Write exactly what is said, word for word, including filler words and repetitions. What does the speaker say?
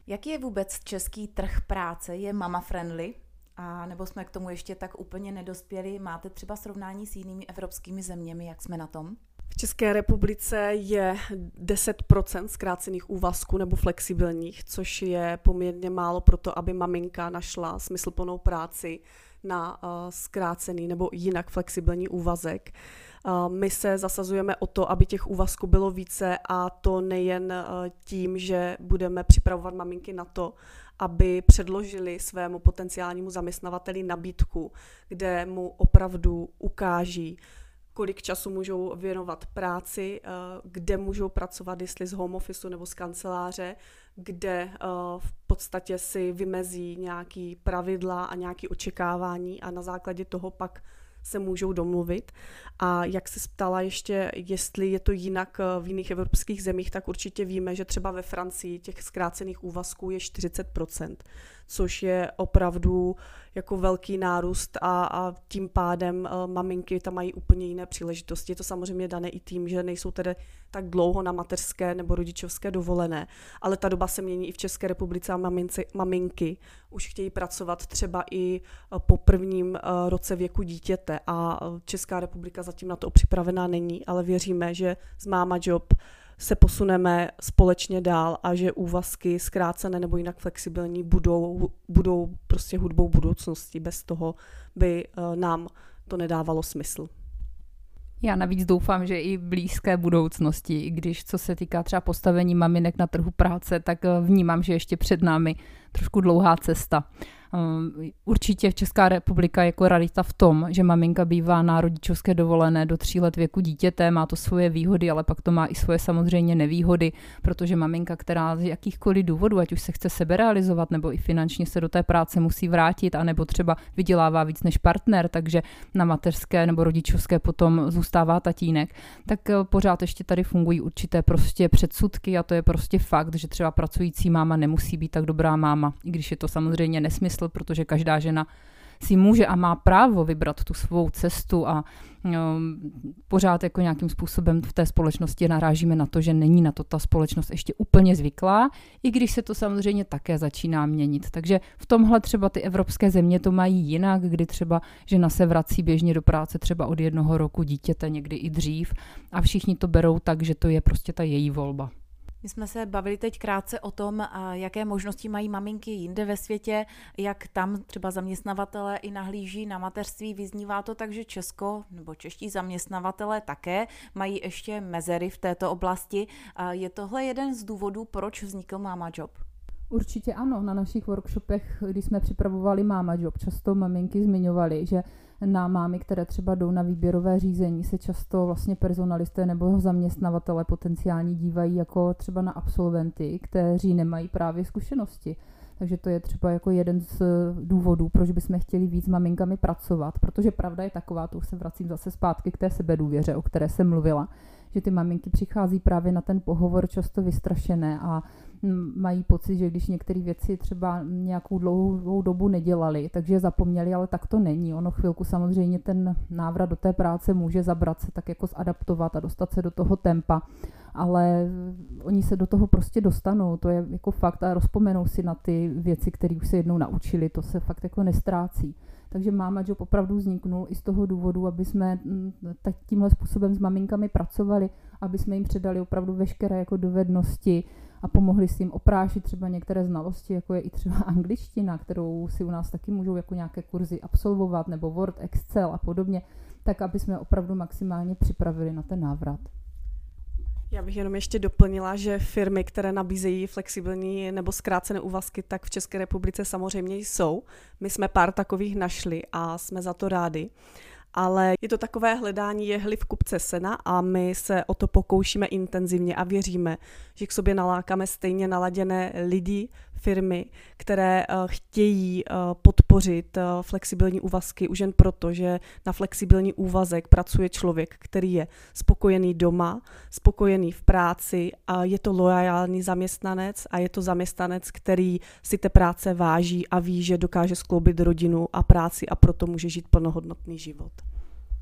Jaký je vůbec český trh práce? Je mama friendly? A nebo jsme k tomu ještě tak úplně nedospěli? Máte třeba srovnání s jinými evropskými zeměmi, jak jsme na tom? V České republice je deset procent zkrácených úvazků nebo flexibilních, což je poměrně málo pro to, aby maminka našla smysluplnou práci na uh, zkrácený nebo jinak flexibilní úvazek. Uh, my se zasazujeme o to, aby těch úvazků bylo více, a to nejen uh, tím, že budeme připravovat maminky na to, aby předložili svému potenciálnímu zaměstnavateli nabídku, kde mu opravdu ukáží, kolik času můžou věnovat práci, kde můžou pracovat, jestli z home office nebo z kanceláře, kde v podstatě si vymezí nějaký pravidla a nějaké očekávání a na základě toho pak se můžou domluvit. A jak se ptala ještě, jestli je to jinak v jiných evropských zemích, tak určitě víme, že třeba ve Francii těch zkrácených úvazků je čtyřicet procent, což je opravdu jako velký nárůst a, a tím pádem uh, maminky tam mají úplně jiné příležitosti. Je to samozřejmě dané i tím, že nejsou tedy tak dlouho na mateřské nebo rodičovské dovolené, ale ta doba se mění i v České republice a maminci, maminky už chtějí pracovat třeba i uh, po prvním uh, roce věku dítěte a uh, Česká republika zatím na to připravená není, ale věříme, že z Máma Job se posuneme společně dál a že úvazky zkrácené nebo jinak flexibilní budou, budou prostě hudbou budoucnosti. Bez toho by uh, nám to nedávalo smysl. Já navíc doufám, že i v blízké budoucnosti, i když co se týká třeba postavení maminek na trhu práce, tak vnímám, že ještě před námi trošku dlouhá cesta. Určitě Česká republika je jako rarita v tom, že maminka bývá na rodičovské dovolené do tří let věku dítěte, má to svoje výhody, ale pak to má i svoje samozřejmě nevýhody, protože maminka, která z jakýchkoliv důvodů, ať už se chce seberealizovat, nebo i finančně se do té práce musí vrátit, anebo třeba vydělává víc než partner, takže na mateřské nebo rodičovské potom zůstává tatínek, tak pořád ještě tady fungují určité prostě předsudky a to je prostě fakt, že třeba pracující máma nemusí být tak dobrá máma, i když je to samozřejmě nesmysl, protože každá žena si může a má právo vybrat tu svou cestu a um, pořád jako nějakým způsobem v té společnosti narážíme na to, že není na to ta společnost ještě úplně zvyklá, i když se to samozřejmě také začíná měnit. Takže v tomhle třeba ty evropské země to mají jinak, kdy třeba žena se vrací běžně do práce třeba od jednoho roku dítěte, někdy i dřív a všichni to berou tak, že to je prostě ta její volba. My jsme se bavili teď krátce o tom, jaké možnosti mají maminky jinde ve světě, jak tam třeba zaměstnavatelé i nahlíží na mateřství. Vyznívá to tak, že Česko nebo čeští zaměstnavatelé také mají ještě mezery v této oblasti. Je tohle jeden z důvodů, proč vznikl Máma Job? Určitě ano. Na našich workshopech, když jsme připravovali Máma Job, často maminky zmiňovaly, že na mámy, které třeba jdou na výběrové řízení, se často vlastně personalisté nebo zaměstnavatele potenciální dívají jako třeba na absolventy, kteří nemají právě zkušenosti. Takže to je třeba jako jeden z důvodů, proč bychom chtěli víc s maminkami pracovat, protože pravda je taková, to už se vracím zase zpátky k té sebedůvěře, o které jsem mluvila, že ty maminky přichází právě na ten pohovor často vystrašené a mají pocit, že když některé věci třeba nějakou dlouhou dobu nedělali, takže zapomněli, ale tak to není. Ono chvilku samozřejmě ten návrat do té práce může zabrat se tak jako zadaptovat a dostat se do toho tempa, ale oni se do toho prostě dostanou, to je jako fakt a rozpomenou si na ty věci, které už se jednou naučili, to se fakt jako nestrácí. Takže Máma Job opravdu vzniknul i z toho důvodu, aby jsme tak tímhle způsobem s maminkami pracovali, aby jsme jim předali opravdu veškeré jako dovednosti a pomohli si jim oprášit třeba některé znalosti, jako je i třeba angličtina, kterou si u nás taky můžou jako nějaké kurzy absolvovat, nebo Word, Excel a podobně, tak aby jsme opravdu maximálně připravili na ten návrat. Já bych jenom ještě doplnila, že firmy, které nabízejí flexibilní nebo zkrácené úvazky, tak v České republice samozřejmě jsou. My jsme pár takových našli a jsme za to rádi. Ale je to takové hledání jehly v kupce sena a my se o to pokoušíme intenzivně a věříme, že k sobě nalákáme stejně naladěné lidi, firmy, které uh, chtějí uh, podpořit uh, flexibilní úvazky už jen proto, že na flexibilní úvazek pracuje člověk, který je spokojený doma, spokojený v práci a je to loajální zaměstnanec a je to zaměstnanec, který si té práce váží a ví, že dokáže skloubit rodinu a práci a proto může žít plnohodnotný život.